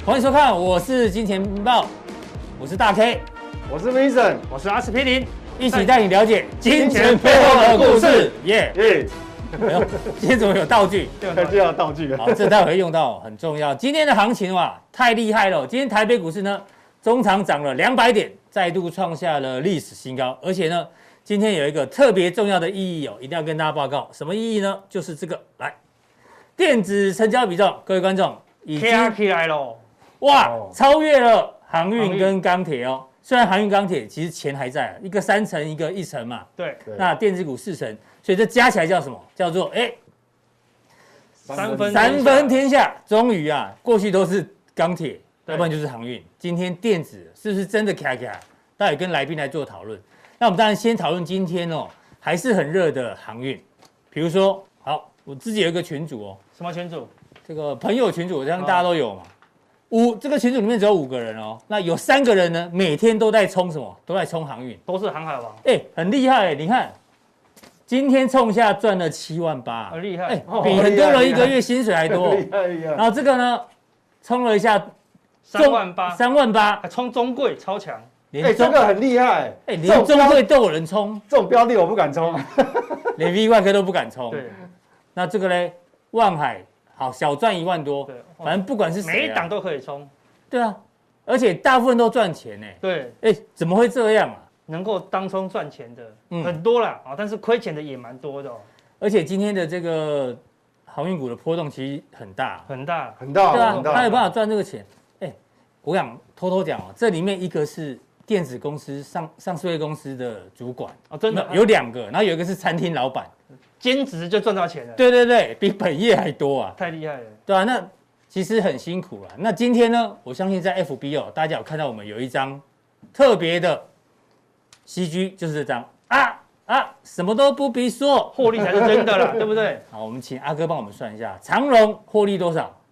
欢迎收看，我是金钱豹，我是大 K， 我是 Vincent， 我是阿司匹林， 一起带你了解金钱背后的故事。耶！今天怎么有道具？ 就要道具了。 好，这待会会用到，很重要。今天的行情太厉害了。今天台北股市呢，中场涨了200点，再度创下了历史新高。而且呢，今天有一个特别重要的意义一定要跟大家报告。什么意义呢？就是这个，来，电子成交比重，各位观众已经起来了。 哇，超越了航运跟钢铁哦。虽然航运、钢铁其实钱还在，一个3成，一个1成嘛。 对。 那电子股4成，所以这加起来叫什么？叫做三分天下。终于过去都是钢铁，要不然就是航运。今天电子是不是真的卡？待会跟来宾来做讨论。那我们当然先讨论今天还是很热的航运。比如说，好，我自己有一个群组什么群组？ 这个朋友群组，我相信大家都有嘛。这个群组里面只有5个人那有3个人呢，每天都在冲什么？都在冲航运， 都是航海王。 很厉害你看，今天冲下赚了7万8， 很厉害， 比很多人一个月薪水还多。然后这个呢，冲了一下 3万8，还冲中贵超强。 这个很厉害， 连中贵都有人冲， 这种标的我不敢冲， 连 V 外科都不敢冲。 对， 那这个呢，万海。好，小赚1万多，反正不管是谁， 每一档都可以冲， 对啊，而且大部分都赚钱对， 怎么会这样能够当冲赚钱的，很多啦但是亏钱的也蛮多的而且今天的这个航运股的波动其实很大， 对啊，他有办法赚这个钱。我想偷偷讲这里面一个是电子公司上市公司的主管真的有2个，然后有一个是餐厅老板。 兼职就赚到钱了， 对，比本业还多太厉害了， 对啊，那其实很辛苦那今天呢，我相信在 FB 大家有看到我们有一张特别的 CG， 就是这张什么都不必说， 获利才是真的啦，对不对？ 好，我们请阿哥帮我们算一下，长荣获利多少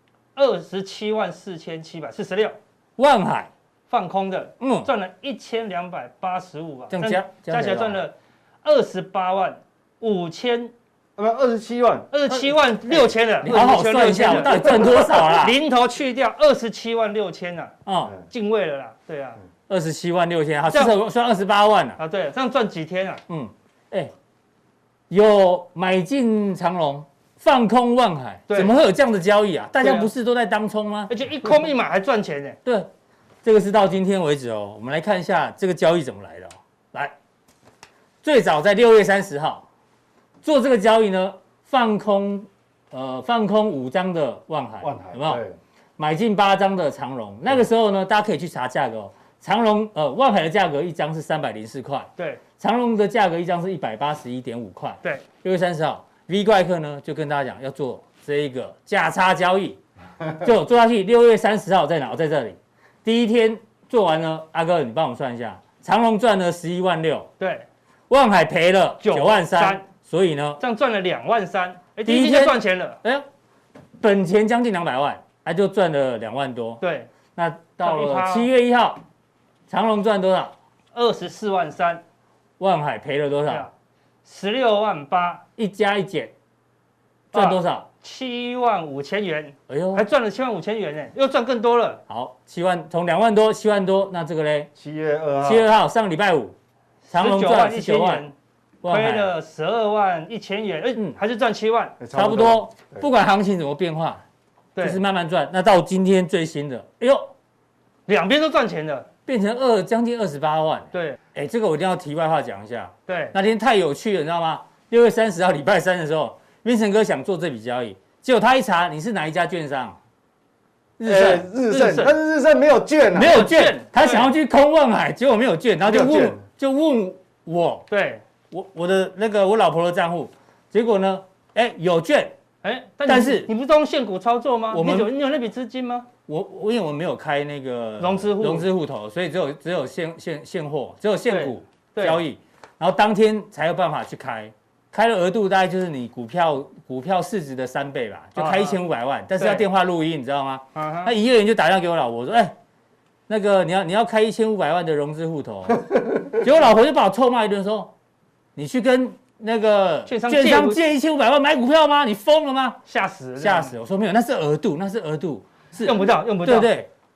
？274746。 万海放空的，赚了1285吧， 这样加起来赚了28万5000。 27万 6千了， 你好好算一下，我到底赚多少啦？ 零头去掉27万6千了，进位了啦，对啊 ，27万6千，好，至少算28万了对，这样赚几天有买进长荣，放空万海，怎么会有这样的交易大家不是都在当冲吗？ 而且一空一买还赚钱呢。 对，这个是到今天为止我们来看一下这个交易怎么来的来，最早在6月30号。做这个交易呢，放空5张的万海，有没有？买进8张的长荣。那个时候呢，大家可以去查价格长荣万海的价格1张是304块， 对， 长荣的价格1张是181.5块， 对。 6月30号 ，V 怪客呢就跟大家讲要做这一个价差交易，就做下去。6月30号在哪？在这里。第一天做完呢，阿哥你帮我们算一下，长荣赚了11万6， 对， 万海赔了9万3。所以呢， 这样赚了2万3，第一天就赚钱了。 本钱将近200万，就赚了2万多。 对， 那到了7月1号，长荣赚多少 ？24万3， 万海赔了多少 ？16万8， 一加一减，赚多少 ？7万5千元。 哎呦， 还赚了7万5千元呢，又赚更多了。 好，7万从2万多7万多，那这个嘞 ？7月 2号，上个礼拜5，长荣赚19万。 亏了12万1千元，还是赚7万， 差不多。不管行情怎么变化，就是慢慢赚。那到今天最新的， 两边都赚钱了， 变成将近28万。 对， 这个我一定要题外话讲一下。 对， 那天太有趣了，你知道吗？6月30号礼拜3的时候，Vincent哥想做这笔交易，结果他一查你是哪一家券商， 日盛，但是日盛没有券没有券，他想要去空万海，结果没有券，然后就问我， 对。 我的那个我老婆的账户，结果呢，有券， 但是你不是都用现股操作吗？你有那笔资金吗？ 因为我们没有开那个融資户头，所以只有现货，只有现股交易，然后当天才有办法去开的额度大概就是你股票市值的3倍吧，就开1500万，但是要电话录音，你知道吗？那营业员就打电话给我老婆说，那个你要开1500万的融资户头，结果老婆就把我臭骂一顿说。你去跟那个券商借1500万买股票吗？你疯了吗？ 吓死！ 我说没有，那是额度，是用不到。 对，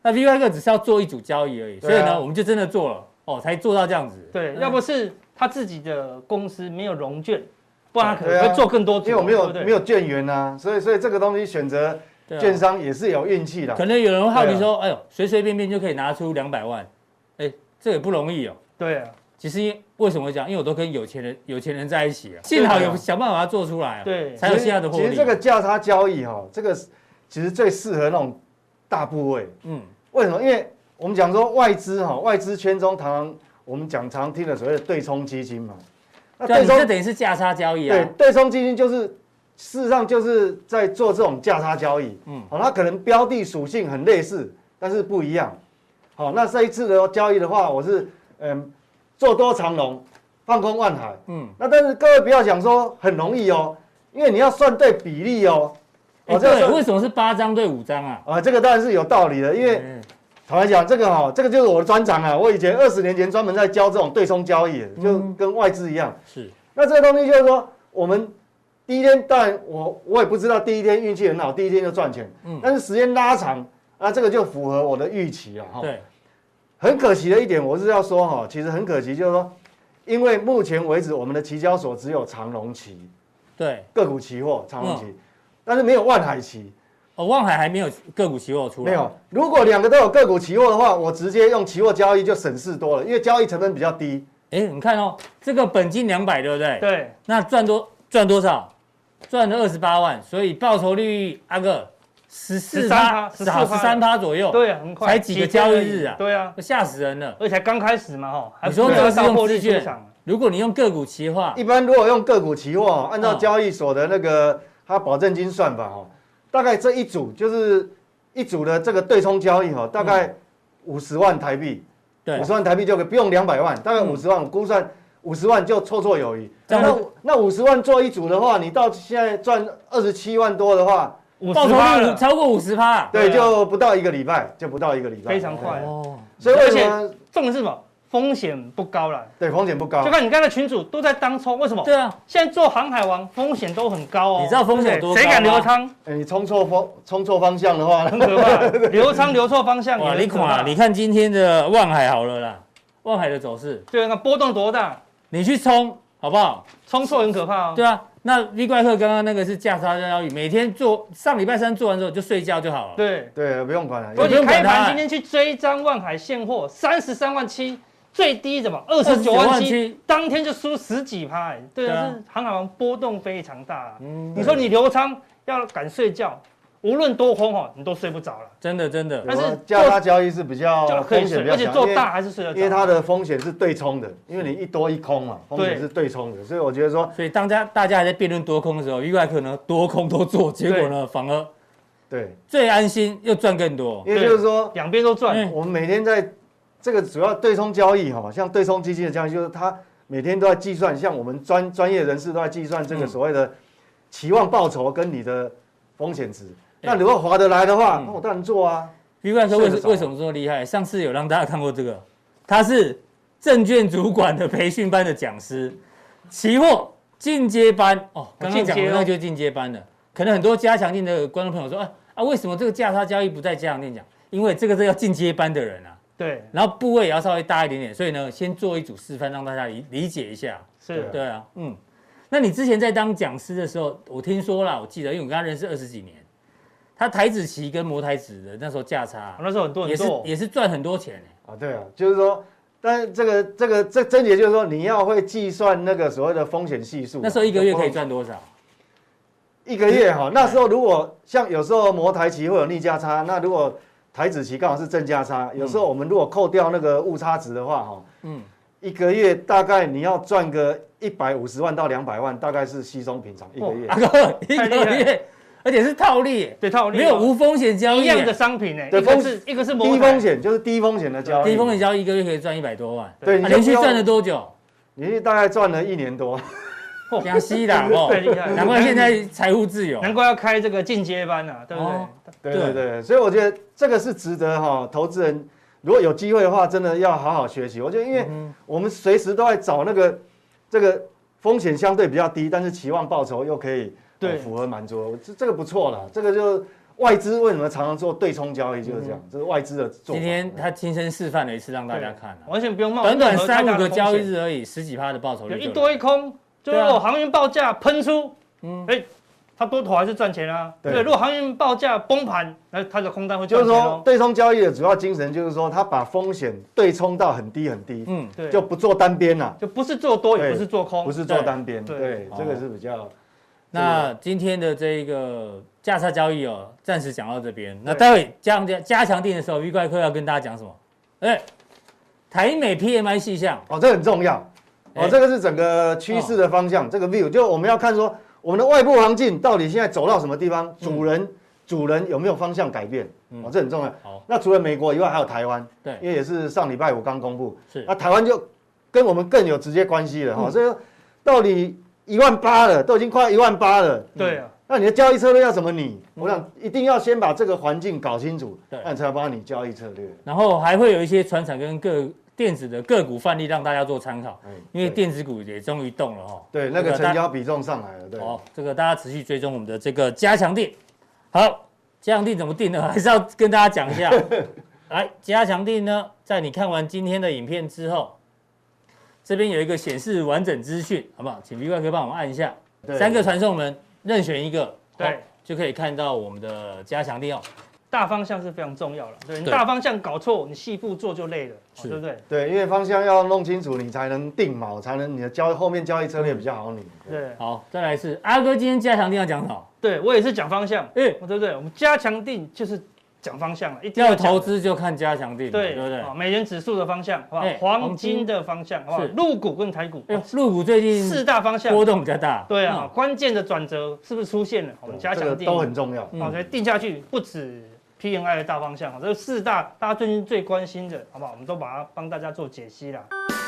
那 VY 客只是要做一组交易而已，所以呢，我们就真的做了哦，才做到这样子。 对，要不是他自己的公司没有融券，不然他可能会做更多组， 因为我没有券源啊，所以这个东西选择券商也是有运气的。 可能有人好奇说，哎呦，随随便便就可以拿出200万，哎，这也不容易哦。 对啊。 其实为什么会这样？因为我都跟有钱人在一起啊，幸好有想办法把它做出来， 对， 才有现在的获利。 其实这个价差交易哈，这个其实最适合那种大部位。为什么？因为我们讲说外资圈中我们常听的所谓的对冲基金嘛。 那对冲这等于是价差交易啊。 对，对冲基金就是事实上就是在做这种价差交易。它可能标的属性很类似，但是不一样。好，那这一次的交易的话，我是做多长龙，放空万海。那但是各位不要想说很容易哦，因为你要算对比例哦。 对，为什么是8张对5张啊？ 这个当然是有道理的，因为坦白讲，这个就是我的专长啊。我以前20年前专门在教这种对冲交易，就跟外资一样。 是。 那这个东西就是说，我们第一天当然我也不知道第一天运气很好，第一天就赚钱。但是时间拉长啊，这个就符合我的预期了哈。对。很可惜的一点，我是要说哈，其实很可惜，就是说，因为目前为止我们的期交所只有长荣期，对，个股期货长荣期，但是没有万海期。 万海还没有个股期货出来。 没有，如果2个都有个股期货的话，我直接用期货交易就省事多了，因为交易成本比较低。 你看哦，这个本金200，对不对？ 对。 那赚多少？赚了28万，所以报酬率阿哥。13%左右， 对啊，很快， 才几个交易日啊， 对啊， 吓死人了， 而且才刚开始嘛， 你说这个是用资券，如果你用个股期货， 一般如果用个股期货，按照交易所的那个它保证金算法大概这一组就是一组的这个对冲交易大概50万台币，对，50万台币就不用200万，大概50万，我估算50万就绰绰有余。那50万做一组的话，你到现在赚27万多的话。 报酬率超过50%， 对，就不到一个礼拜， 非常快哦。所以为什么重点是什么？风险不高了。 对，风险不高。 就看你刚才群主都在当冲，为什么？ 对啊， 现在做航海王风险都很高哦。 你知道风险多高吗？ 谁敢留仓？ 你冲错方向的话， 很可怕。留仓留错方向也很可怕。 你看今天的万海好了啦，万海的走势， 对，那波动多大？ 你去冲好不好？ 冲错很可怕哦。 对啊。那 V 怪客刚刚那个是价差交易，每天做，上礼拜3做完之后就睡觉就好了。 对， 不用管了。 所以你开盘今天去追张万海现货33万7，最低怎么29万7，当天就输10几%。对啊，是航海王波动非常大。你说你留仓要敢睡觉，无论多空你都睡不着了。 真的。 但是价差交易是比较风险比较强， 而且做大还是睡得着， 因为它的风险是对冲的，因为你一多一空嘛，风险是对冲的，所以我觉得说， 所以当大家还在辩论多空的时候，V怪客呢多空都做，结果呢反而对最安心又赚更多， 因为就是说两边都赚。 我们每天在这个主要对冲交易像对冲基金的交易，就是它每天都在计算，像我们专业人士都在计算这个所谓的期望报酬跟你的风险值。那如果划得来的话，那我当然做啊。 V怪客为什么这么厉害？上次有让大家看过这个，他是证券主管的培训班的讲师，期货进阶班刚刚讲的那就是进阶班的。可能很多加强店的观众朋友说为什么这个价差交易不在加强店讲？因为这个是要进阶班的人啊。 对， 然后部位也要稍微大一点点，所以呢，先做一组示范，让大家理解一下。 是， 对啊，那你之前在当讲师的时候，我听说啦，我记得，因为我跟他认识20几年。他台指期跟摩台指的那时候价差， 那时候很多也是赚很多钱对啊，就是说，但是这症结就是说，你要会计算那个所谓的风险系数。 那时候1个月可以赚多少 ？1个月那时候如果像有时候摩台期会有逆价差，那如果台指期刚好是正价差，有时候我们如果扣掉那个误差值的话1个月大概你要赚个150万到200万，大概是稀松平常1个月。 1个月。而且是套利， 对套利， 没有无风险交易， 一样的商品一个是低风险，就是低风险的交易， 低风险交易1个月可以赚100多万， 对， 连续赚了多久？ 连续大概赚了1年多， 江西的最厉害， 难怪现在财务自由， 难怪要开这个进阶班对不对？对，所以我觉得这个是值得投资人如果有机会的话，真的要好好学习。我觉得，因为我们随时都在找这个风险相对比较低，但是期望报酬又可以。对，符合满足，这个不错了。这个就外资为什么常常做对冲交易，就是这样，这是外资的做法。 今天他亲身示范了一次，让大家看， 完全不用冒短短3-5个交易日而已，10几%的报酬率， 一多一空，就是航运报价喷出，它多头还是赚钱啊。对，如果航运报价崩盘，那它的空单会赚钱。 就是说，对冲交易的主要精神就是说，它把风险对冲到很低很低，对，就不做单边了， 就不是做多，也不是做空， 不是做单边，对，这个是比较。 那今天的这个价差交易哦，暂时讲到这边。那待会加强定的时候， V 怪客要跟大家讲什么？台美 PMI 细项哦，这很重要哦，这个是整个趋势的方向。这个 view 就我们要看说，我们的外部环境到底现在走到什么地方，主人有没有方向改变？哦，这很重要。好，那除了美国以外，还有台湾，对，因为也是上礼拜五刚公布，是，那台湾就跟我们更有直接关系了哈。所以到底18000了，都已经快18000了。对啊，那你的交易策略要怎么拟？我想一定要先把这个环境搞清楚，那你才帮你交易策略。 然后还会有一些传产跟电子的个股范例让大家做参考，因为电子股也终于动了哈。 对，那个成交比重上来了。对， 好，这个大家持续追踪我们的这个加强定。好，加强定怎么定呢？还是要跟大家讲一下。来，加强定呢，在你看完今天的影片之后。这边有一个显示完整资讯，好不好？请 V 怪客帮我们按一下，3个传送门任选一个，对，就可以看到我们的加强定哦。 大方向是非常重要了，对，你大方向搞错，你细部做就累了，对不对？ 对，因为方向要弄清楚，你才能定锚，才能你的后面交易策略比较好拟。 对， 好，再来是阿哥今天加强定要讲什么？ 对我也是讲方向，对不对？我们加强定就是讲方向了，一定要投资就看加强定， 对不对？ 美元指数的方向，好不好？黄金的方向，好不好？陆股跟台股， 陆股最近 4大方向波动比较大， 对啊，关键的转折是不是出现了？我们加强定都很重要， 好，所以定下去不止 PMI 的大方向，这4大大家最近最关心的，好不好？我们都把它帮大家做解析啦。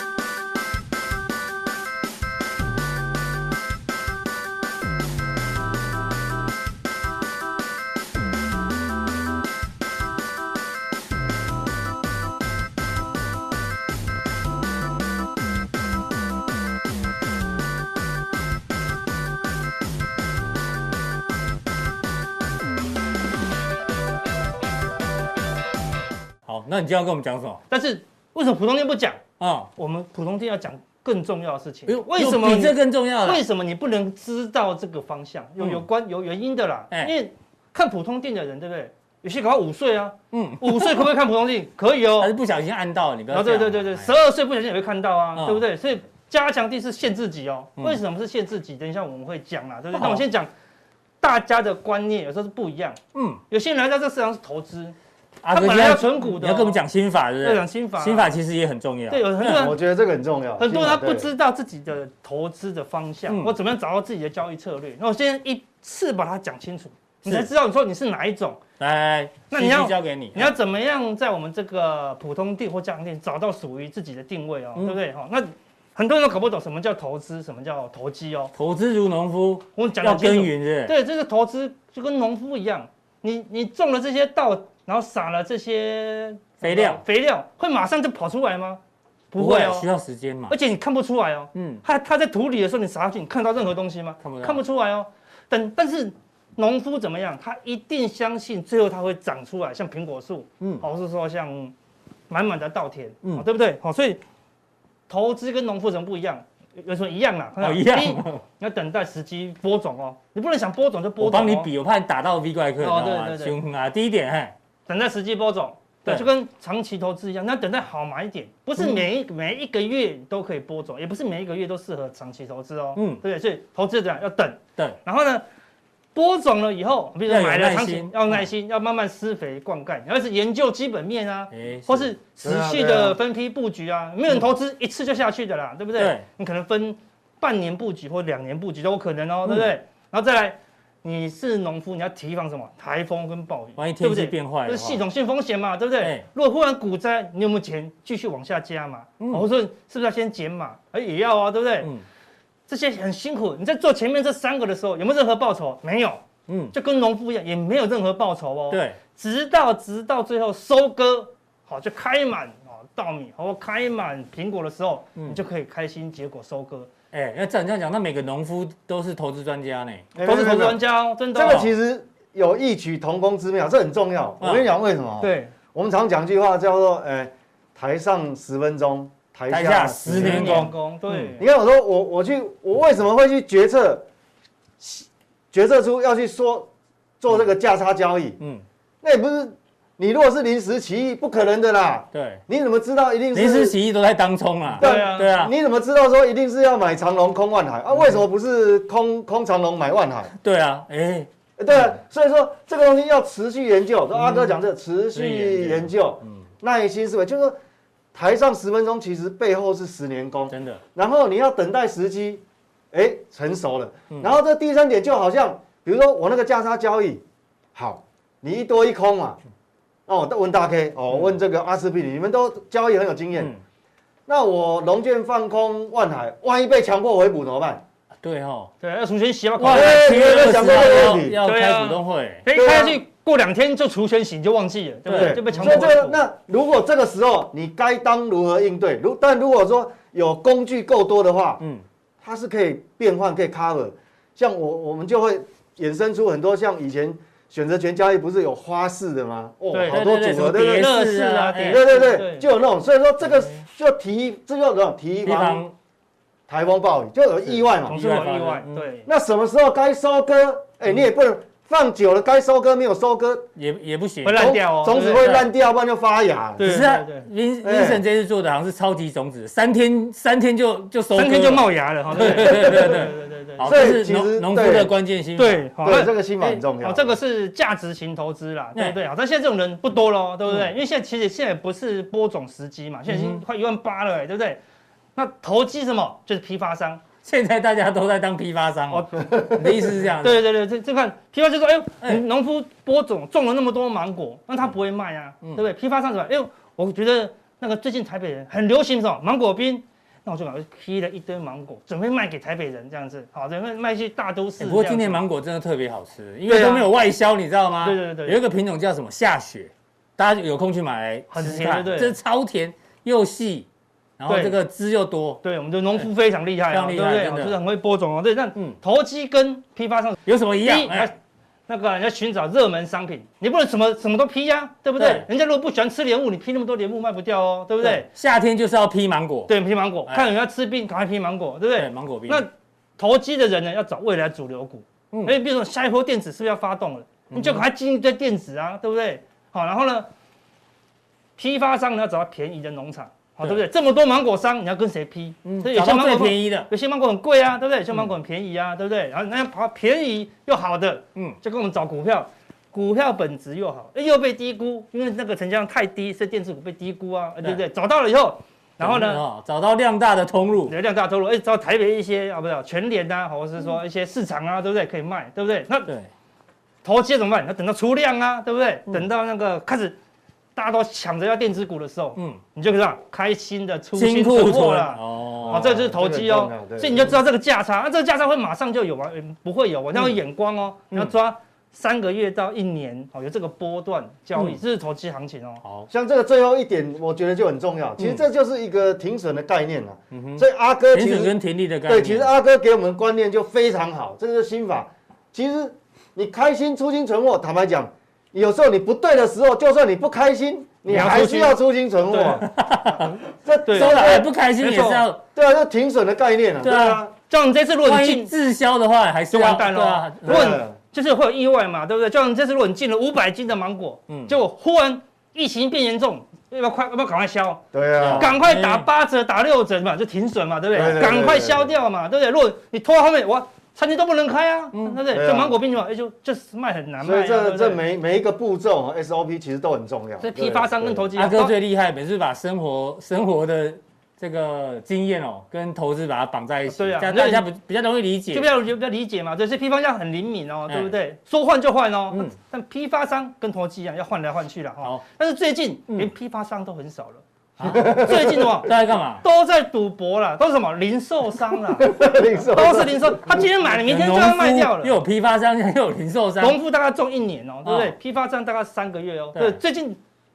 那你今天要跟我们讲什么？ 但是为什么普通店不讲啊？我们普通店要讲更重要的事情。 为什么比这更重要？ 为什么你不能知道这个方向？有原因的啦。因为看普通店的人，对不对？有些搞到5岁啊，5岁可不可以看普通店？可以哦。 还是不小心按到，你不要。 对，12岁不小心也会看到啊，对不对？所以加强定是限制级哦。为什么是限制级？等一下我们会讲啦，对不对？那我先讲大家的观念有时候是不一样。有些人来到这市场是投资。他本来要存股的， 你要跟我们讲心法，对不对？ 讲心法， 心法其实也很重要。 对，有很多人， 我觉得这个很重要。 很多人他不知道自己的投资的方向，或怎么样找到自己的交易策略。那我现在一次把它讲清楚，你才知道你说你是哪一种。 来，那你要交给你， 你要怎么样在我们这个普通店或加强店找到属于自己的定位哦，对不对？好，那很多人都搞不懂什么叫投资，什么叫投机哦。 投资如农夫， 我讲要耕耘，是。 对，这个投资就跟农夫一样，你种了这些稻。然后撒了这些肥料会马上就跑出来吗？ 不会哦，需要时间嘛。 而且你看不出来哦。它在土里的时候，你撒下去，你看到任何东西吗？看不出来哦。但是农夫怎么样？他一定相信最后它会长出来，像苹果树，或是说像满满的稻田，对不对？好，所以投资跟农夫怎么不一样？有什么一样啦？ 一样。 你要等待时机播种哦，你不能想播种就播种。 我帮你比，我怕你打到 V 怪客。对。第一点， 等待时机播种，对，就跟长期投资一样，那等待好买点，不是每一个月都可以播种，也不是每一个月都适合长期投资哦，对不对？所以投资者要等，然后呢，播种了以后，比如说买了长期要耐心，要慢慢施肥灌溉，要是研究基本面啊，或是持续的分批布局啊，没有人投资一次就下去的啦，对不对？你可能分半年布局或2年布局都有可能哦，对不对？然后再来。你是农夫，你要提防什么？台风跟暴雨， 万一天气变坏， 这是系统性风险嘛，对不对？如果忽然股灾，你有没有钱继续往下加嘛？我说是不是要先减码？也要啊，对不对？这些很辛苦，你在做前面这3个的时候，有没有任何报酬？没有，就跟农夫一样，也没有任何报酬哦。对，直到最后收割，好就开满稻米或开满苹果的时候，你就可以开心结果收割。 那照你这样讲，那每个农夫都是投资专家呢？ 都是投资专家哦，真的。 这个其实有异曲同工之妙，这很重要。我跟你讲为什么？ 对， 我们常讲一句话叫做，台上10分钟，台下10年功。 对， 你看我说我为什么会去决策出要去做这个价差交易？那也不是你如果是临时起意，不可能的啦。 对， 你怎么知道一定是临时起意都在当冲啊？对啊， 你怎么知道说一定是要买长荣空万海啊？为什么不是空长荣买万海？ 对啊， 对啊，所以说这个东西要持续研究。阿哥讲这个持续研究，耐心思维，就是说台上10分钟，其实背后是10年功， 真的。然后你要等待时机，成熟了。然后这第3点就好像，比如说我那个价差交易，好，你一多一空嘛，我问大 K， 问这个阿司匹林，你们都交易很有经验，那我龙券放空万海，万一被强迫回补怎么办？ 对， 要除权息要考虑。对，想过这个问题， 要开股东会， 开下去过2天就除权息就忘记了，对不对？就被强迫回补。 那如果这个时候你该当如何应对？但如果说有工具够多的话，它是可以变换，可以 cover。像我们就会衍生出很多像以前选择权交易不是有花式的吗？好多组合，对不对？ 乐视啊， 对，就有那种。所以说这个这就有提防台风暴雨，就有意外嘛， 总是有意外。对， 那什么时候该收割？你也不能放久了，该收割没有收割也不行， 会烂掉哦， 种子会烂掉，不然就发芽。 只是Vincent 这次做的好像是超级种子，3天就收割 ，3天就冒芽了。 对，好，这是农夫的关键心法。 对，这个心法很重要。 这个是价值型投资啦，对不对？好，但现在这种人不多咯，对不对？因为现在不是播种时机嘛，现在已经快18000了，对不对？那投机什么？就是批发商。 现在大家都在当批发商哦，你的意思是这样？ 对，这看批发就说，农夫播种种了那么多芒果，那他不会卖啊，对不对？批发商怎么？我觉得那个最近台北人很流行什么芒果冰，那我就批了一堆芒果，准备卖给台北人这样子，好，准备卖去大都市。 不过今年芒果真的特别好吃，因为都没有外销，你知道吗？ 对， 有一个品种叫什么下雪，大家有空去买来吃吃看，这超甜又细。然后这个汁又多， 对，我们的农夫非常厉害，对不对？就是很会播种哦。对，那投机跟批发商有什么一样？ 那个人家寻找热门商品，你不能什么都批呀，对不对？人家如果不喜欢吃莲雾，你批那么多莲雾卖不掉哦，对不对？ 夏天就是要批芒果， 对，批芒果，看人家吃冰，赶快批芒果，对不对？ 芒果冰。 那投机的人呢，要找未来主流股，比如说下一波电子是不是要发动了？你就赶快进一堆电子啊，对不对？好，然后呢，批发商呢要找到便宜的农场。好，对不对？这么多芒果商，你要跟谁批？ 所以有些芒果便宜的， 有些芒果很贵啊，对不对？有些芒果很便宜啊，对不对？然后那跑便宜又好的，就跟我们找股票，股票本质又好，又被低估，因为那个成交量太低，所以电子股被低估啊，对不对？找到了以后，然后呢， 找到量大的通路， 量大通路，找台北一些不是全联啊，或者是说一些市场啊，对不对？可以卖，对不对？那投机怎么办？要等到出量啊，对不对？等到那个开始。大家都抢着要电子股的时候，你就这样开心的出清存货了。哦，这就是投机哦。所以你就知道这个价差，这个价差会马上就有吗？不会有，你要有眼光哦。你要抓3个月到1年，有这个波段交易，这是投机行情哦。 好，像这个最后一点，我觉得就很重要。其实这就是一个停损的概念了。所以阿哥停损跟停利的概念， 对，其实阿哥给我们观念就非常好，这个是心法。其实你开心出清存货，坦白讲。有时候你不对的时候，就算你不开心，你还是要出清存货。 这说来不开心也是要对啊，这停损的概念啊。对啊， 像你这次如果你进滞销的话，还是完蛋了。如果就是会有意外嘛，对不对？就像你这次如果你进了500斤的芒果，结果忽然疫情变严重，要不要赶快销？ 对啊， 赶快打8折、打6折嘛，就停损嘛，对不对？赶快销掉嘛，对不对？如果你拖到后面，餐厅都不能开啊，对不对？这芒果冰嘛，就是卖很难卖。 所以这每一个步骤 SOP 其实都很重要。 所以批发商跟投机， 阿哥最厉害，每次把生活的这个经验跟投资把它绑在一起，这样大家比较容易理解， 就比较理解嘛。对，所以批发商很灵敏哦，对不对？说换就换哦。但批发商跟投机一样，要换来换去了哈。但是最近连批发商都很少了。最近都在干嘛？ 都在赌博啦，都是什么零售商啦，都是零售。他今天买了，明天就要卖掉了。 又有批发商，又有零售商。 农夫大概种1年哦，对不对？批发商大概3个月哦。对，最近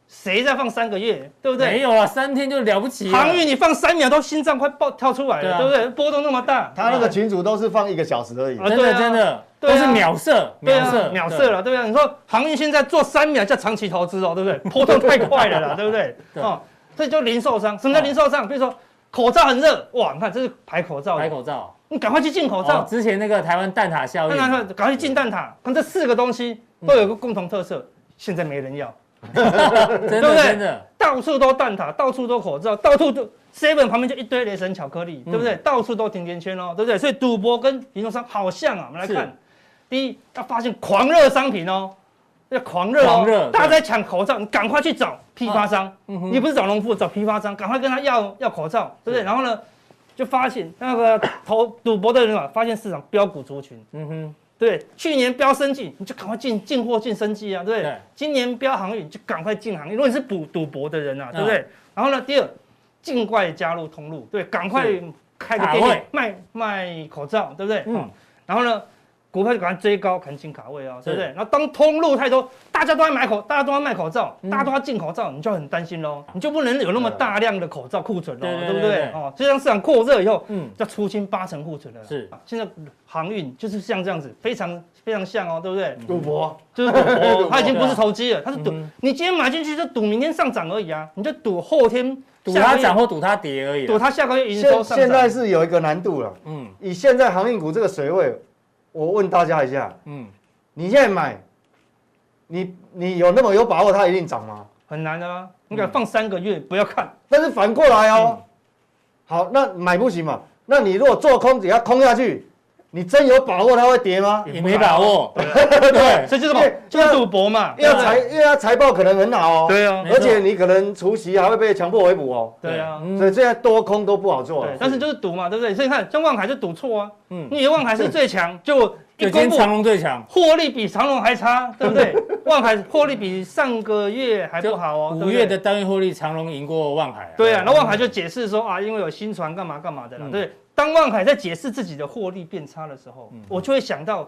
谁在放3个月，对不对？ 没有啊，3天就了不起了。 航运你放3秒都心脏快跳出来了，对不对？波动那么大， 他那个群组都是放1个小时而已， 真的都是秒射， 秒射了，对不对？你说航运现在做3秒叫长期投资哦，对不对？波动太快了啦，对不对？哦，所以就零售商，什么叫零售商？比如说口罩很热，哇，你看这是排口罩，你赶快去进口罩。 之前那个台湾蛋挞效应， 赶快去进蛋挞。看这4个东西都有个共同特色，现在没人要。 真的真的， 到处都蛋挞，到处都口罩，到处都 7 旁边就一堆雷神巧克力，对不对？到处都甜甜圈哦，对不对？所以赌博跟零售商好像啊，我们来看，第一要发现狂热商品哦，要狂热哦，大家在抢口罩，你赶快去找批发商，你不是找农夫，找批发商，赶快跟他要口罩，对不对？然后呢，就发现那个赌博的人啊，发现市场标股族群，对，去年标生技，你就赶快进货进生技啊，对不对？今年标航运，你就赶快进航运。如果你是赌博的人啊，对不对？然后呢，第二，尽快加入通路，对，赶快开个店卖口罩，对不对？然后呢，股票就赶快追高，赶紧卡位啊，对不对？然后当通路太多，大家都在卖口罩，大家都要进口罩，你就很担心喽，你就不能有那么大量的口罩库存喽，对不对？哦，就让市场过热以后，就出清80%库存了。是，现在航运就是像这样子，非常非常像哦，对不对？ 赌博就是赌博，它已经不是投机了，它是赌。你今天买进去就赌明天上涨而已啊，你就赌后天赌它涨或赌它跌而已， 赌它下个月营收上涨。 现在是有一个难度了，以现在航运股这个水位。我问大家一下，你现在买，你有那么有把握它一定涨吗？ 很难的啊，你给它放3个月，不要看。 但是反过来哦，好，那买不行嘛？那你如果做空，只要空下去，你真有把握它会跌吗？ 也没把握， 对，所以就是赌博嘛。 因为它财报可能很好哦， 对啊， 而且你可能除息还会被强迫回补哦， 对啊， 所以现在多空都不好做。 对，但是就是赌嘛，对不对？所以你看，像万海就赌错啊，你以为万海是最强，就一公布长荣最强， 获利比长荣还差，对不对？万海获利比上个月还不好哦。 5月的单月获利，长荣赢过万海。 对啊，那万海就解释说啊，因为有新船干嘛的啦，对。当万海在解释自己的获利变差的时候，我就会想到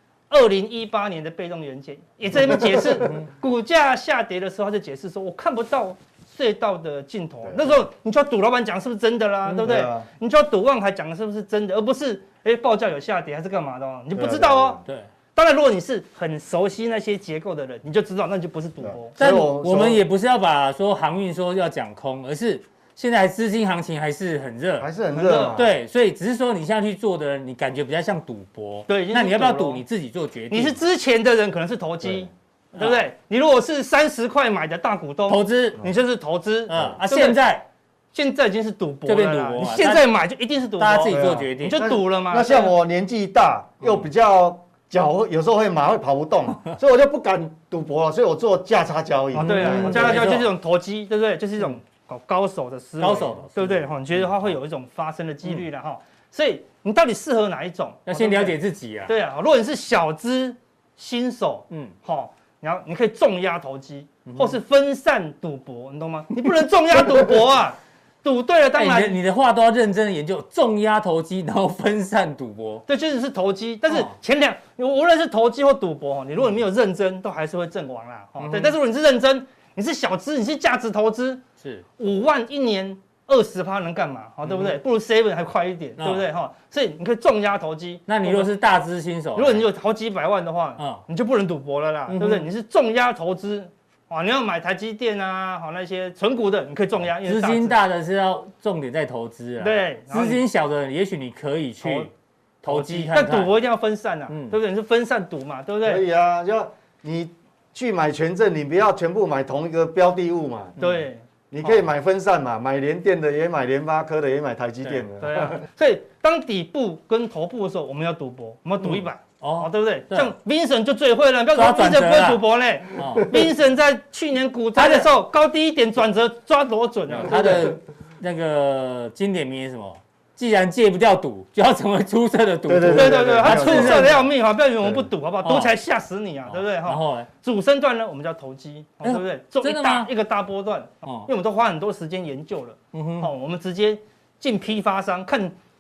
2018年的被动元件也在那边解释，股价下跌的时候，他就解释说我看不到隧道的尽头。那时候你就要赌老板讲是不是真的啦，对不对？你就要赌万海讲的是不是真的，而不是报价有下跌还是干嘛的哦，你就不知道哦。对，当然如果你是很熟悉那些结构的人，你就知道那就不是赌博。 但我们也不是要把说航运说要讲空，而是现在资金行情还是很热，对，所以只是说你现在去做的人，你感觉比较像赌博。对，那你要不要赌？你自己做决定。 你是之前的人，可能是投机，对不对？你如果是30块买的大股东， 投资， 你就是投资。现在已经是赌博了，你现在买就一定是赌博， 大家自己做决定， 你就赌了嘛。 那像我年纪大，又比较脚有时候会麻，会跑不动，所以我就不敢赌博了，所以我做价差交易。 对啊，价差交易就是一种投机，对不对？就是一种高手的思维，对不对？你觉得它会有一种发生的几率了哈。所以你到底适合哪一种？ 要先了解自己啊。 对啊，如果你是小资新手，你可以重压投机，或是分散赌博，你懂吗？你不能重压赌博啊。赌对了，当然你的话都要认真的研究，重压投机，然后分散赌博。 对，就是投机，但是前两，无论是投机或赌博，你如果你没有认真，都还是会阵亡啦。对，但是如果你是认真，你是小资，你是价值投资，是5万一年20%能干嘛？对不对？不如 7 还快一点，对不对？所以你可以重压投机。 那你如果是大资新手， 如果你有好几百万的话，你就不能赌博了啦，对不对？你是重压投资。你要买台积电啊，那些纯股的，你可以重压。 资金大的是要重点在投资啊， 对。 资金小的，也许你可以去投机看看。但赌博一定要分散啊，对不对？你是分散赌嘛，对不对？ 可以啊，就你去买权证，你不要全部买同一个标的物嘛。 对。 你可以买分散嘛，买联电的也买联发科的，也买台积电的。 对啊。所以当底部跟头部的时候，我们要赌博，我们要赌100。对不对？像 Vincent 就最会了，不要说 Vincent 不会赌博嘞。Vincent 在去年股灾的时候，高低一点转折抓多准啊！ 他的那个经典名言什么？既然戒不掉赌，就要成为出色的赌徒。 对，他出色的要命哈！不要以为我们不赌，好不好？赌起来吓死你啊，对不对？然后主升段呢，我们叫投机，对不对？做一个大波段，因为我们都花很多时间研究了。我们直接进批发商看。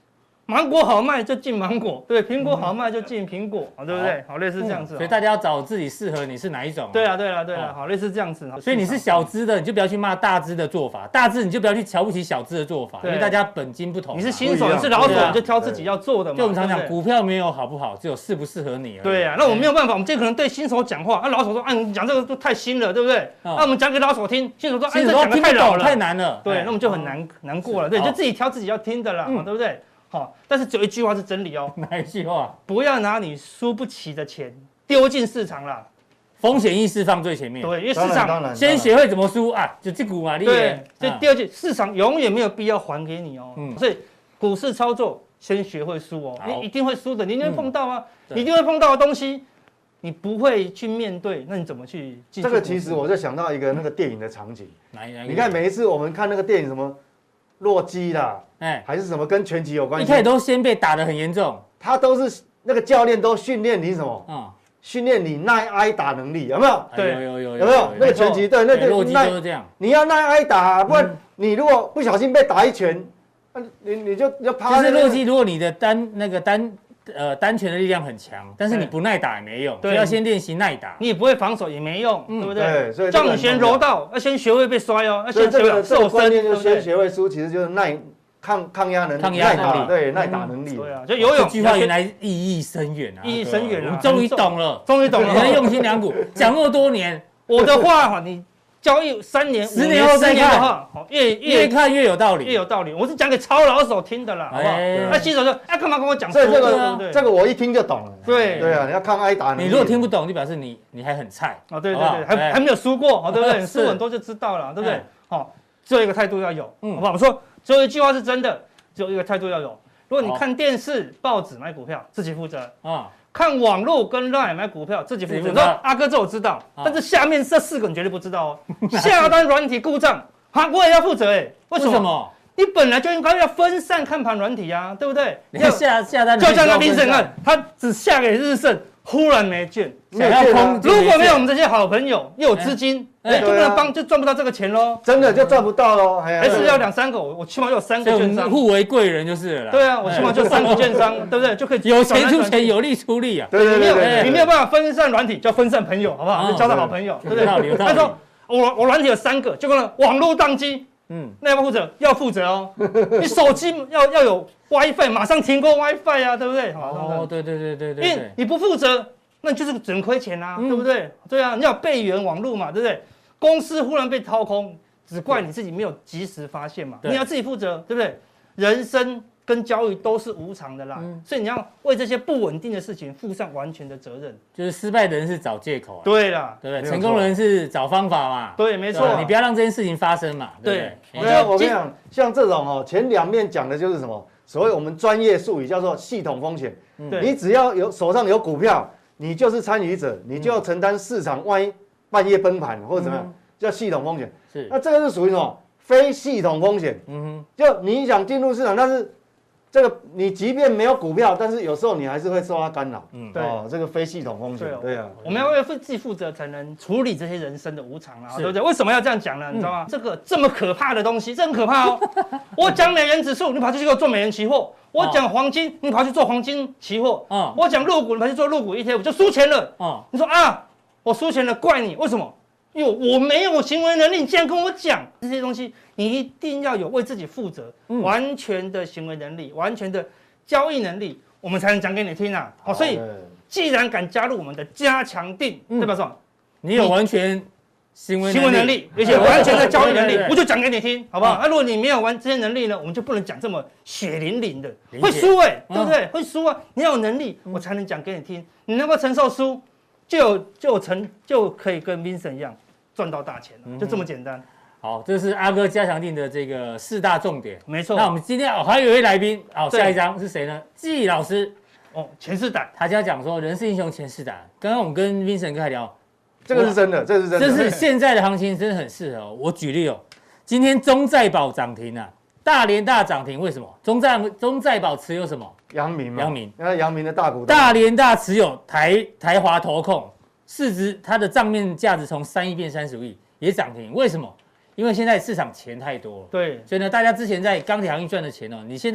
芒果好卖就进芒果，对，苹果好卖就进苹果，对不对？好，类似这样子。 所以大家要找自己适合你是哪一种。 对啊，好，类似这样子。 所以你是小资的，你就不要去骂大资的做法；大资你就不要去瞧不起小资的做法，因为大家本金不同。 你是新手，你是老手，你就挑自己要做的嘛。 就我们常讲，股票没有好不好，只有适不适合你而已。 对啊，那我没有办法，我们今天可能对新手讲话，老手说啊，你讲这个都太新了，对不对？那我们讲给老手听，新手说这讲的太老了， 太难了。 对，那我们就很难过了。对，就自己挑自己要听的啦，对不对？好，但是只有一句话是真理哦。 哪一句话？ 不要拿你输不起的钱丢进市场啦。 风险意识放最前面。 对，因为市场先学会怎么输啊，就这股嘛。 对，所以第二句，市场永远没有必要还给你哦。所以股市操作先学会输哦，你一定会输的，你一定会碰到啊，你一定会碰到的东西，你不会去面对，那你怎么去？ 这个其实我就想到一个那个电影的场景。 你看每一次我们看那个电影，什么洛基啦。还是什么跟拳击有关系？ 一开始都先被打得很严重， 他都是那个教练都训练你什么？训练你耐挨打能力，有没有？ 对， 有没有？那个拳击对，那个洛基就是这样。 你要耐挨打，不然你如果不小心被打一拳，你就趴。 就是洛基，如果你的单拳的力量很强，但是你不耐打也没用，所以要先练习耐打。 你也不会防守也没用，对不对？ 所以叫你先柔道，要先学会被摔哦，要先学会受观念，就先学会输，其实就是抗压能力，对耐打能力。 对啊，就游泳。 这句话原来意义深远啊！ 意义深远啊！ 我们终于懂了， 你很用心良苦，讲那么多年， 我的话哈，你交易3年、 10年后再看，越看越有道理， 越有道理。我是讲给超老手听的啦，好不好？那新手说，干嘛跟我讲？ 所以这个我一听就懂了。 对啊，你要抗挨打能力。 你如果听不懂，就表示你还很菜哦。对，还没有输过，对不对？输很多就知道了，对不对？好，只有一个态度要有，好不好？我说只有一句话是真的。只有一个态度要有。如果你看电视、报纸买股票，自己负责啊；看网络跟 LINE 买股票，自己负责。说阿哥这我知道，但是下面这4个你绝对不知道哦。下单软体故障，我也要负责哎。为什么？你本来就应该要分散看盘软体啊，对不对？ 你下单就像那林沈看，他只下给日盛，忽然没券， 想要空。 如果没有我们这些好朋友，又有资金。就不能帮，就赚不到这个钱喽， 真的就赚不到喽， 还是要2、3个，我起码有3个券商， 互为贵人就是了。 对啊，我起码就3个券商，对不对？就可以有钱出钱，有力出力啊。 对， 你没有办法分散软体，就分散朋友，好不好？就交到好朋友，对不对？他说我软体有3个，结果呢网络宕机，那要不要负责哦？你手机要有 WiFi， 马上停过 WiFi 啊，对不对？ 哦，对， 因为你不负责，那你就是只能亏钱啊，对不对？对啊，你要备援网络嘛，对不对？公司忽然被掏空，只怪你自己没有及时发现嘛，你要自己负责，对不对？人生跟交易都是无常的啦，所以你要为这些不稳定的事情负上完全的责任。 就是失败的人是找借口， 对啦， 对不对？成功的人是找方法嘛， 对，没错， 你不要让这件事情发生嘛，对不对？我跟你讲，像这种前2面讲的就是什么？所谓我们专业术语叫做系统风险。你只要手上有股票，你就是参与者，你就要承担市场万一半夜崩盘或者怎么样，叫系统风险。那这个是属于什么？非系统风险。就你想进入市场，但是这个你即便没有股票，但是有时候你还是会受它干扰。对，这个非系统风险。对啊， 我们要为自己负责，才能处理这些人生的无常啊，对不对？为什么要这样讲呢？你知道吗？这个这么可怕的东西，这很可怕哦。我讲美元指数，你跑去给我做美元期货；我讲黄金，你跑去做黄金期货；我讲陆股，你跑去做陆股 ETF， 就输钱了。你说啊。我输钱了，怪你，为什么？因为我没有行为能力，你竟然跟我讲这些东西，你一定要有为自己负责，完全的行为能力，完全的交易能力，我们才能讲给你听啊。所以既然敢加入我们的加强定，代表什么？ 你有完全行为能力， 而且完全的交易能力，我就讲给你听，好不好？如果你没有完这些能力呢，我们就不能讲这么血淋淋的，会输对不对？会输啊！你要有能力，我才能讲给你听，你能够承受输。就可以跟 Vincent 一样赚到大钱了，就这么简单。 好，这是阿哥加强定的这个4大重点。 没错。 那我们今天还有一位来宾，下一张是谁呢？季老师。 前世胆， 他就要讲说人是英雄前世胆。刚刚我们跟 Vincent 哥还聊， 这个是真的，这是真的。 这是现在的行情真的很适合。我举例今天中再保涨停啊，大连大涨停，为什么？中再保持有什么？ 阳明嘛， 阳明的大股东， 大连大持有台华投控，市值它的账面价值从3亿变35亿，也涨停。为什么？因为现在市场钱太多了， 对， 所以呢，大家之前在钢铁行业赚的钱你现在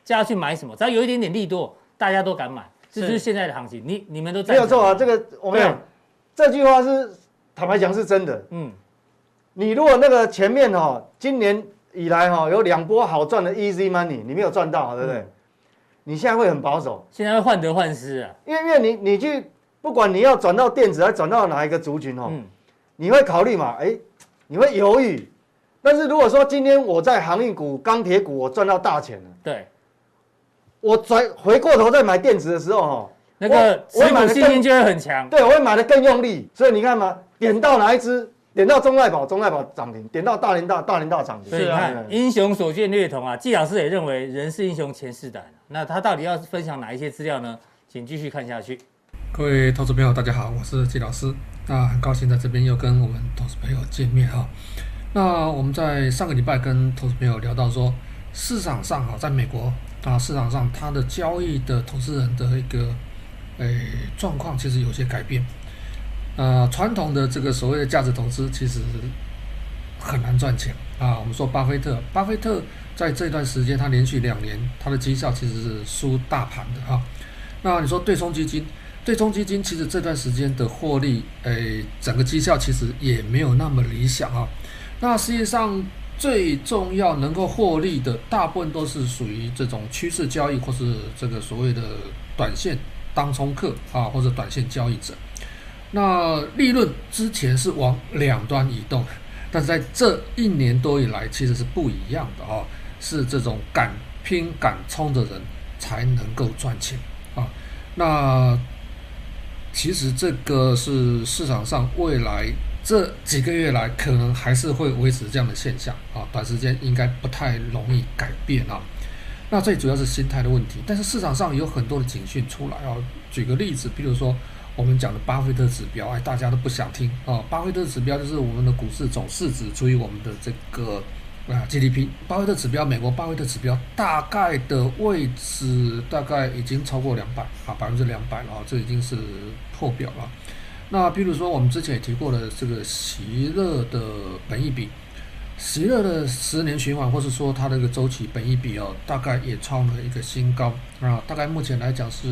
叫他去买什么，只要有一点点利多，大家都敢买，这就是现在的行情。你们都没有错啊，这个我们讲这句话是坦白讲是真的。你如果那个前面今年以来有2波好赚的 easy money， 你没有赚到，对不对？你现在会很保守， 现在会患得患失啊。 因为你去不管你要转到电子还是转到哪一个族群你会考虑嘛？你会犹豫。但是如果说今天我在航运股、钢铁股我赚到大钱了， 对， 我回过头再买电子的时候那个持股信心就会很强。 对，我会买的更用力。所以你看嘛，点到哪一支？点到中外宝涨停，点到大连大涨停。 所以你看，英雄所见略同啊。季老师也认为人是英雄前世胆。那他到底要分享哪一些资料呢？请继续看下去。 各位投资朋友，大家好，我是季老师。那很高兴在这边又跟我们投资朋友见面哈。那我们在上个礼拜跟投资朋友聊到说，市场上在美国市场上它的交易的投资人的一个状况其实有些改变。传统的这个所谓的价值投资其实很难赚钱我们说巴菲特在这段时间他连续2年他的绩效其实是输大盘的那你说对冲基金其实这段时间的获利整个绩效其实也没有那么理想那实际上最重要能够获利的大部分都是属于这种趋势交易或是这个所谓的短线当冲客或者短线交易者。那利润之前是往两端移动，但是在这1年多以来其实是不一样的是这种敢拼敢冲的人才能够赚钱那其实这个是市场上未来这几个月来可能还是会维持这样的现象短时间应该不太容易改变那最主要是心态的问题，但是市场上有很多的警讯出来举个例子，比如说我们讲的巴菲特指标大家都不想听巴菲特指标就是我们的股市总市值除以我们的这个GDP。 巴菲特指标，美国巴菲特指标大概的位置大概已经超过200%了这已经是破表了。那比如说我们之前也提过的这个喜乐的本益比，喜乐的10年循环或是说它的一个周期本益比大概也创了一个新高大概目前来讲是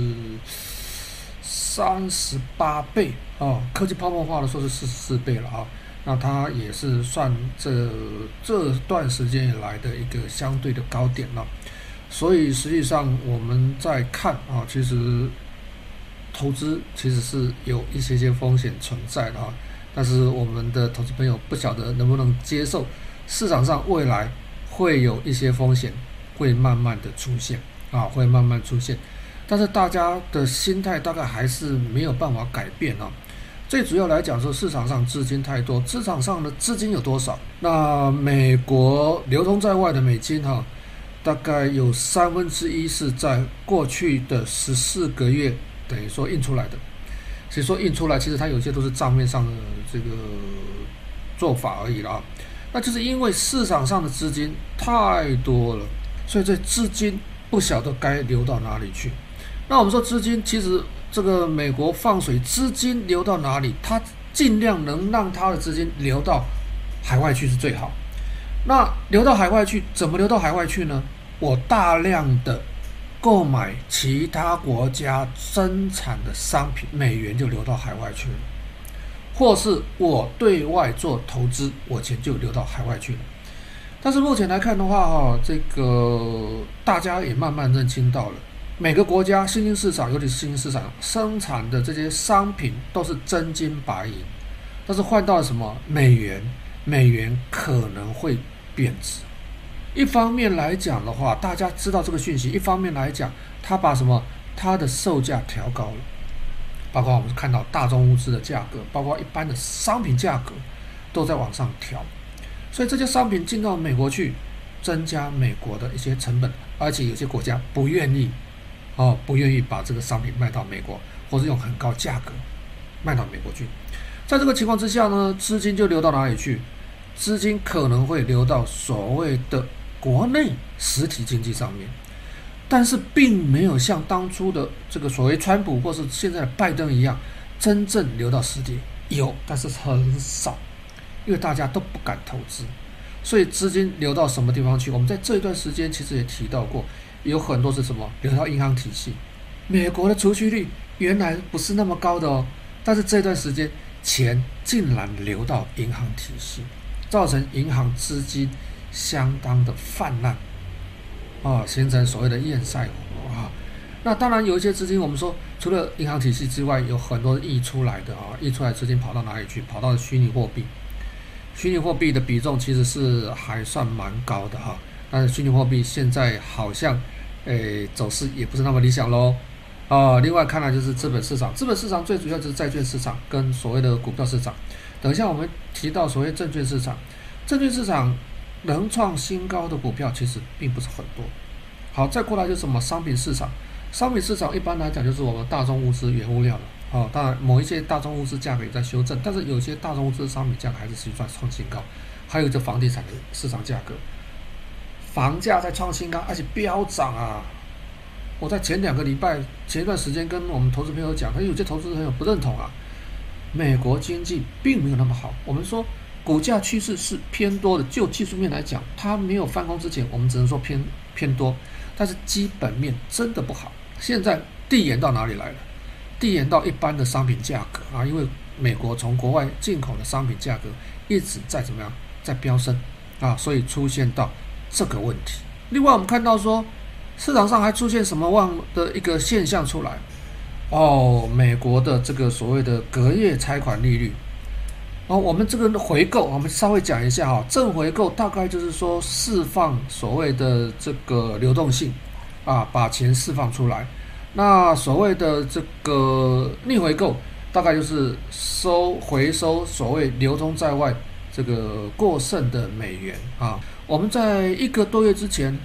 38倍科技泡沫化的时候是44倍了那它也是算这段时间以来的一个相对的高点了。所以实际上我们在看其实投资其实是有一些风险存在的但是我们的投资朋友不晓得能不能接受市场上未来会有一些风险会慢慢的出现会慢慢出现，但是大家的心态大概还是没有办法改变最主要来讲说市场上资金太多，市场上的资金有多少？那美国流通在外的美金大概有1/3是在过去的14个月等于说印出来的。其实说印出来，其实它有些都是账面上的这个做法而已啦。那就是因为市场上的资金太多了，所以这资金不晓得该流到哪里去。那我们说资金，其实这个美国放水，资金流到哪里，它尽量能让它的资金流到海外去是最好。那流到海外去，怎么流到海外去呢？我大量的购买其他国家生产的商品，美元就流到海外去了，或是我对外做投资，我钱就流到海外去了。但是目前来看的话这个大家也慢慢认清到了，每个国家新兴市场，尤其是新兴市场生产的这些商品都是真金白银，但是换到了什么美元，美元可能会贬值。一方面来讲的话，大家知道这个讯息，一方面来讲它把什么它的售价调高了，包括我们看到大宗物资的价格，包括一般的商品价格都在往上调，所以这些商品进到美国去，增加美国的一些成本，而且有些国家不愿意把这个商品卖到美国，或是用很高价格卖到美国去。在这个情况之下呢，资金就流到哪里去？资金可能会流到所谓的国内实体经济上面，但是并没有像当初的这个所谓川普或是现在的拜登一样，真正流到实体。有，但是很少，因为大家都不敢投资，所以资金流到什么地方去？我们在这一段时间其实也提到过， 有很多是什么流到银行体系。美国的储蓄率原来不是那么高的哦，但是这段时间钱竟然流到银行体系，造成银行资金相当的泛滥形成所谓的堰塞湖那当然有一些资金，我们说除了银行体系之外，有很多溢出来的溢出来资金跑到哪里去？跑到虚拟货币。虚拟货币的比重其实是还算蛮高的但是虚拟货币现在好像走势也不是那么理想咯另外看来就是资本市场，资本市场最主要就是债券市场跟所谓的股票市场。等一下我们提到所谓证券市场，证券市场能创新高的股票其实并不是很多。好，再过来就是什么商品市场，商品市场一般来讲就是我们大宗物资、原物料了。当然某一些大宗物资价格也在修正，但是有些大宗物资商品价格还是持续在创新高。还有就房地产的市场价格，房价在创新高，而且飙涨我在前一段时间跟我们投资朋友讲，有些投资朋友不认同美国经济并没有那么好。我们说股价趋势是偏多的，就技术面来讲，它没有翻空之前，我们只能说偏多，但是基本面真的不好。现在递延到哪里来了？递延到一般的商品价格因为美国从国外进口的商品价格一直在怎么样，在飙升所以出现到这个问题。另外我们看到说市场上还出现什么样的一个现象出来美国的这个所谓的隔夜拆款利率我们这个回购我们稍微讲一下正回购大概就是说释放所谓的这个流动性把钱释放出来。那所谓的这个逆回购大概就是回收所谓流通在外这个过剩的美元我们在1个多月之前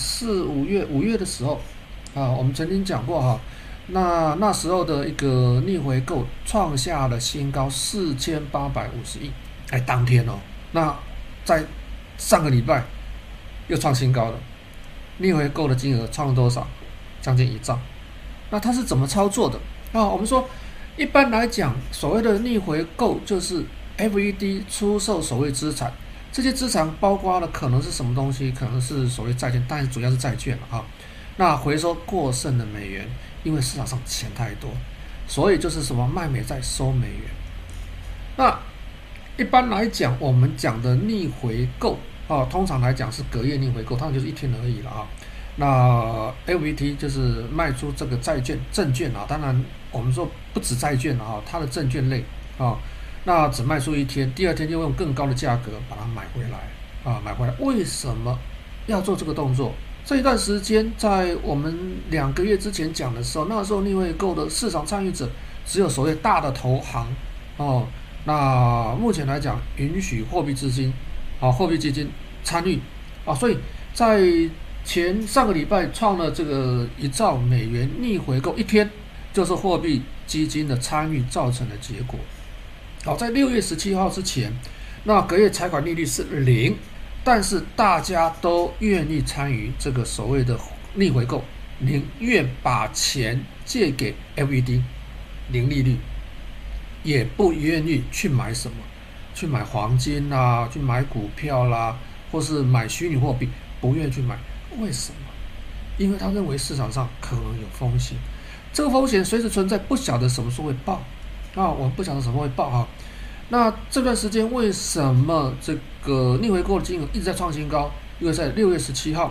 5月的时候我们曾经讲过那时候的一个逆回购创下了新高4850亿当天那在上个礼拜又创新高了，逆回购的金额创了多少？将近1兆。那它是怎么操作的我们说一般来讲所谓的逆回购就是 FED 出售所谓资产，这些资产包括了可能是什么东西？可能是所谓债券，但是主要是债券那回收过剩的美元，因为市场上钱太多，所以就是什么卖美债收美元。那一般来讲我们讲的逆回购通常来讲是隔夜逆回购，它就是1天而已了那 FED 就是卖出这个债券证券当然我们说不止债券它的证券类那只卖出1天，第二天就用更高的价格把它买回来为什么要做这个动作？这一段时间在我们2个月之前讲的时候，那时候逆回购的市场参与者只有所谓大的投行那目前来讲允许货币基金参与所以在上个礼拜创了这个1兆美元逆回购，1天就是货币基金的参与造成的结果。在6月17号之前，那隔夜拆款利率是0，但是大家都愿意参与这个所谓的逆回购，宁愿把钱借给 FED 零利率，也不愿意去买什么，去买黄金去买股票啦，或是买虚拟货币，不愿意去买。为什么？因为他认为市场上可能有风险，这个风险随时存在，不晓得什么时候会爆我们不晓得什么会爆那这段时间为什么这个逆回购的金额一直在创新高？因为在6月17号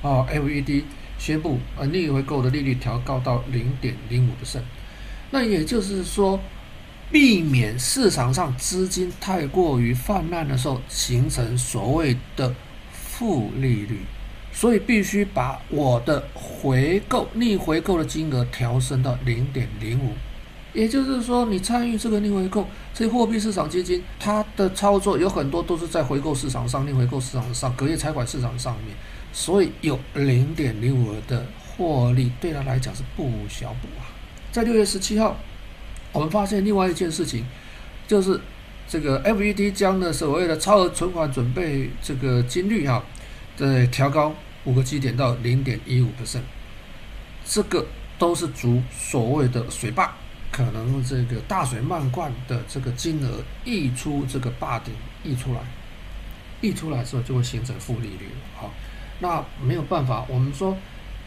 FED 宣布逆回购的利率调高到 0.05%， 那也就是说避免市场上资金太过于泛滥的时候形成所谓的负利率，所以必须把我的逆回购的金额调升到 0.05%。也就是说你参与这个逆回购，这些货币市场基金它的操作有很多都是在回购市场上、逆回购市场上、隔夜拆款市场上面，所以有 0.05% 的获利对他来讲是不无小补在6月17号我们发现另外一件事情，就是这个 FED 将的所谓的超额存款准备这个金率调高5个基点到 0.15%， 这个都是逐所谓的水坝，可能这个大水漫灌的这个金额溢出这个坝顶，溢出来之后就会形成负利率那没有办法，我们说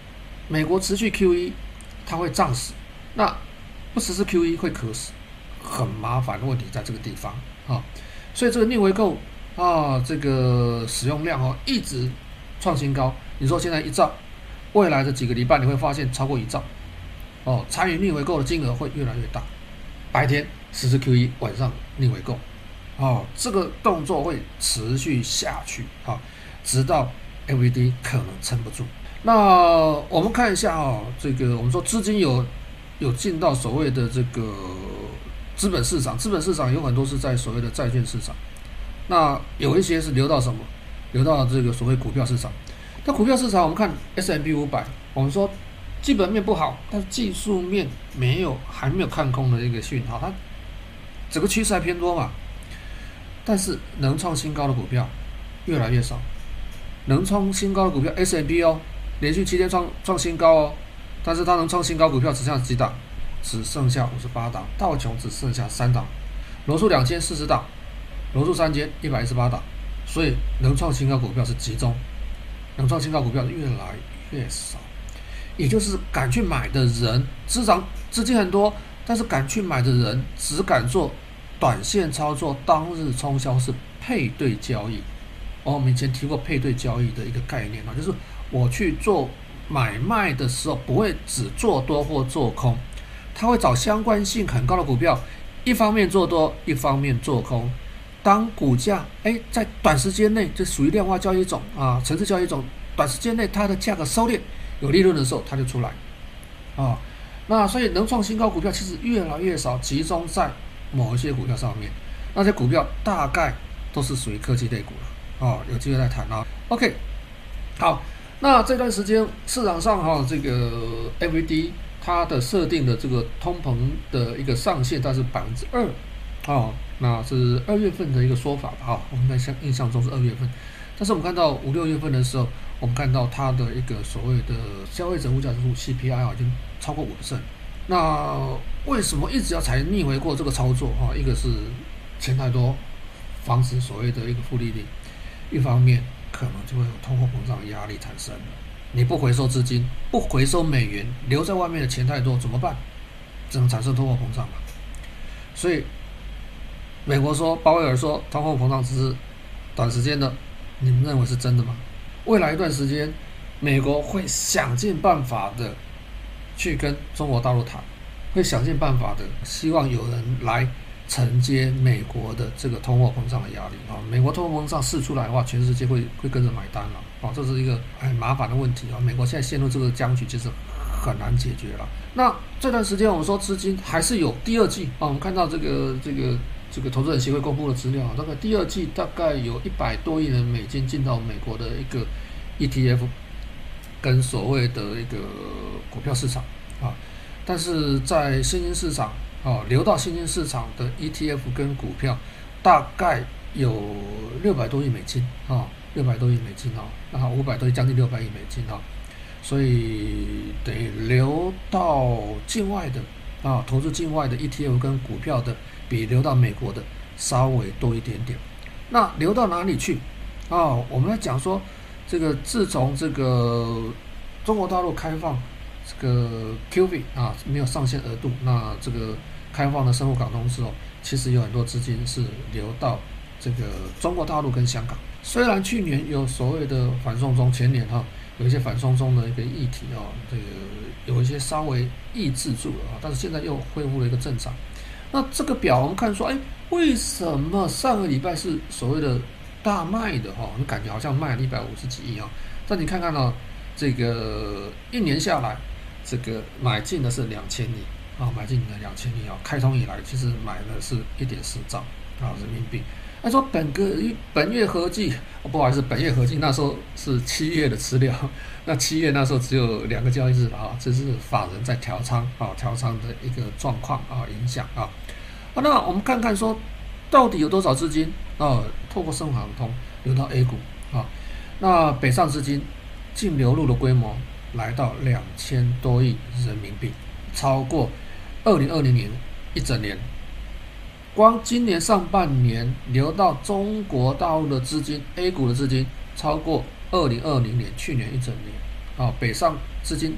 美国持续 QE， 它会胀死，那不实施 QE 会渴死，很麻烦的问题在这个地方啊。所以这个逆回购啊，这个使用量一直创新高。你说现在1兆，未来的几个礼拜你会发现超过1兆参与逆回购的金额会越来越大。白天实施 QE， 晚上逆回购这个动作会持续下去直到 FED 可能撑不住。那我们看一下这个我们说资金有进到所谓的这个资本市场，资本市场有很多是在所谓的债券市场，那有一些是流到什么？流到这个所谓股票市场。那股票市场我们看 S&P 500，我们说基本面不好，但是技术面还没有看空的一个讯号，它整个趋势还偏多嘛。但是能创新高的股票越来越少，能创新高的股票 S&P 连续7天创新高但是它能创新高股票只剩下几档？只剩下58档，道琼只剩下3档，罗素2000 40档，罗素3000 118档，所以能创新高股票是集中，能创新高股票越来越少，也就是敢去买的人，资金很多，但是敢去买的人只敢做短线操作，当日冲销是配对交易。我们以前提过配对交易的一个概念就是我去做买卖的时候不会只做多或做空，他会找相关性很高的股票，一方面做多，一方面做空。当股价在短时间内，这属于量化交易种程式交易种，短时间内它的价格收敛有利润的时候，它就出来那所以能创新高股票其实越来越少，集中在某一些股票上面。那些股票大概都是属于科技类股了有机会再谈OK， 好，那这段时间市场上这个 FED 它的设定的这个通膨的一个上限，它是2%那是2月份的一个说法吧我们在印象中是2月份，但是我们看到5、6月份的时候，我们看到它的一个所谓的消费者物价指数 CPI 已经超过5%。那为什么一直要采逆回购这个操作一个是钱太多，防止所谓的一个负利率，一方面可能就会有通货膨胀的压力产生了。你不回收资金，不回收美元，留在外面的钱太多怎么办？只能产生通货膨胀嘛。所以美国说，鲍威尔说通货膨胀只是短时间的，你们认为是真的吗？未来一段时间美国会想尽办法的去跟中国大陆谈，会想尽办法的希望有人来承接美国的这个通货膨胀的压力美国通货膨胀释出来的话，全世界会跟着买单了这是一个很麻烦的问题美国现在陷入这个僵局，其实很难解决了。那这段时间我们说资金还是有第二季我们看到这个投资人协会公布的资料大概第二季大概有100多亿美金进到美国的一个 ETF 跟所谓的一个股票市场但是在新兴市场流到新兴市场的 ETF 跟股票大概有600多亿美金600多亿美金500多亿，将近600亿美金所以等于流到境外的投资境外的 ETF 跟股票的比流到美国的稍微多一点点。那流到哪里去我们来讲说这个自从这个中国大陆开放这个 QF 没有上限额度，那这个开放的深沪港通之后，其实有很多资金是流到这个中国大陆跟香港。虽然去年有所谓的反送中，前年有一些反送中的一个议题这个有一些稍微抑制住了但是现在又恢复了一个正常。那这个表我们看说为什么上个礼拜是所谓的大卖的你感觉好像卖了150几亿但你看看这个一年下来，这个买进的是2000亿买进的2000亿开通以来其实买的是1.4兆人民币。他说本月合计不好意思，本月合计那时候是7月的资料，那7月那时候只有2个交易日这是法人在调仓的一个状况影响那我们看看说到底有多少资金透过深港通流到 A 股那北上资金净流入的规模来到2000多亿人民币，超过2020年一整年。光今年上半年流到中国大陆的资金 A 股的资金超过2020年去年一整年北上资金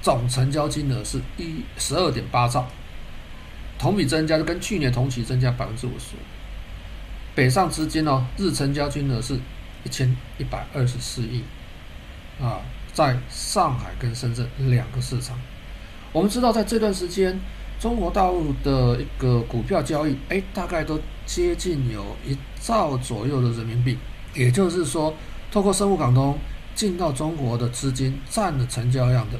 总成交金额是12.8兆，同比增加就跟去年同期增加55%。北上资金日成交金额是1124亿啊，在上海跟深圳2个市场。我们知道在这段时间，中国大陆的一个股票交易，大概都接近有1兆左右的人民币，也就是说，透过深沪港通进到中国的资金占了成交量的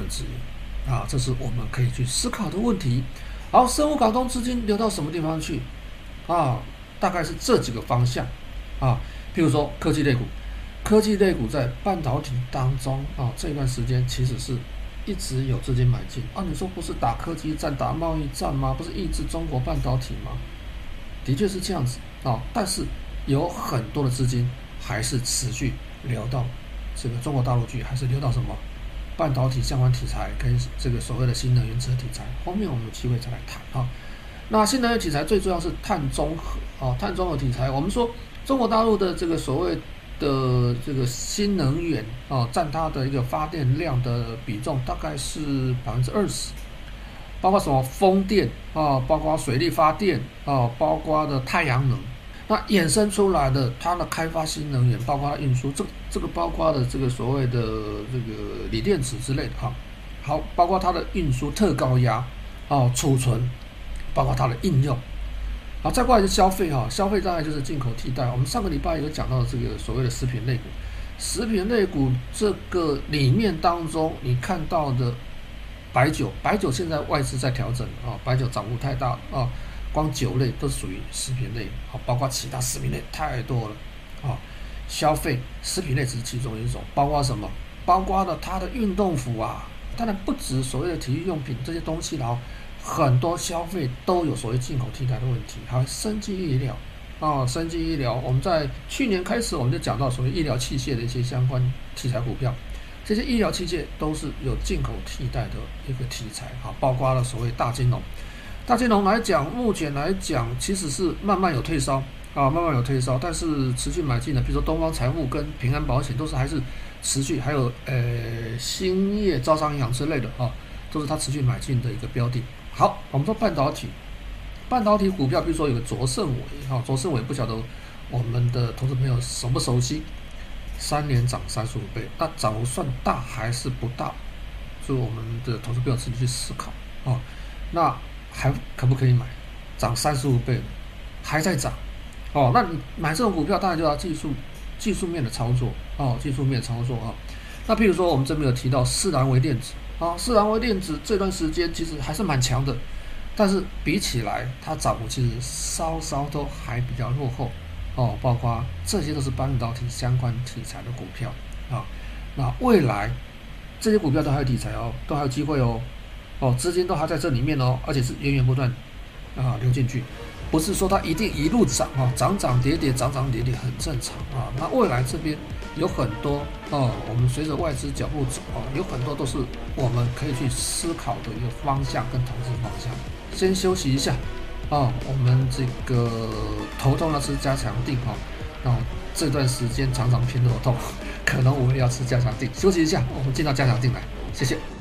1/10啊，这是我们可以去思考的问题。好，深沪港通资金流到什么地方去啊？大概是这几个方向啊，譬如说科技类股，科技类股在半导体当中啊，这段时间其实是一直有资金买进啊。你说不是打科技战、打贸易战吗？不是抑制中国半导体吗？的确是这样子啊，但是有很多的资金还是持续流到这个中国大陆去，还是流到什么半导体相关题材跟这个所谓的新能源车题材。后面我们有机会再来谈啊。那新能源题材最重要是碳中和啊，碳中和题材。我们说中国大陆的这个所谓的这个新能源啊，占它的一个发电量的比重大概是20%，包括什么风电啊，包括水力发电啊，包括的太阳能。那衍生出来的它的开发新能源，包括它运输，这个包括的这个所谓的这个锂电池之类的哈，好，包括它的运输特高压啊，储存。包括它的应用，好，再过来是消费哈，消费当然就是进口替代。我们上个礼拜有讲到这个所谓的食品类股，食品类股这个里面当中，你看到的白酒现在外资在调整啊，白酒涨幅太大啊，光酒类都属于食品类，好，包括其他食品类太多了啊。消费食品类只是其中一种，包括什么？包括了它的运动服啊，当然不止所谓的体育用品这些东西，然后。很多消费都有所谓进口替代的问题，还有生技医疗啊，生技医疗，我们在去年开始我们就讲到所谓医疗器械的一些相关题材股票，这些医疗器械都是有进口替代的一个题材啊，包括了所谓大金融。大金融来讲，目前来讲其实是慢慢有退烧啊，慢慢有退烧，但是持续买进的，比如说东方财富跟平安保险都是还是持续，还有兴业招商银行之类的啊，都是它持续买进的一个标的。好，我们说半导体股票，比如说有个卓胜伟，卓胜伟不晓得我们的投资朋友熟不熟悉？3年涨35倍，那涨幅算大还是不大？所以我们的投资朋友自己去思考啊。那还可不可以买？涨35倍了，还在涨哦。那你买这种股票，当然就要技术面的操作哦，技术面操作啊。那譬如说我们这边有提到世兰微电子。世兰微电子这段时间其实还是蛮强的，但是比起来，它涨幅其实稍稍都还比较落后哦。包括这些都是半导体相关题材的股票啊。那未来这些股票都还有题材哦，都还有机会哦。资金都还在这里面哦，而且是源源不断流进去，不是说它一定一路涨涨涨跌跌，涨涨跌跌很正常啊。那未来这边有很多我们随着外资脚步走有很多都是我们可以去思考的一个方向跟投资方向。先休息一下我们这个头痛要吃加强定然后这段时间常常偏头痛，可能我们要吃加强定。休息一下，我们进到加强定来，谢谢。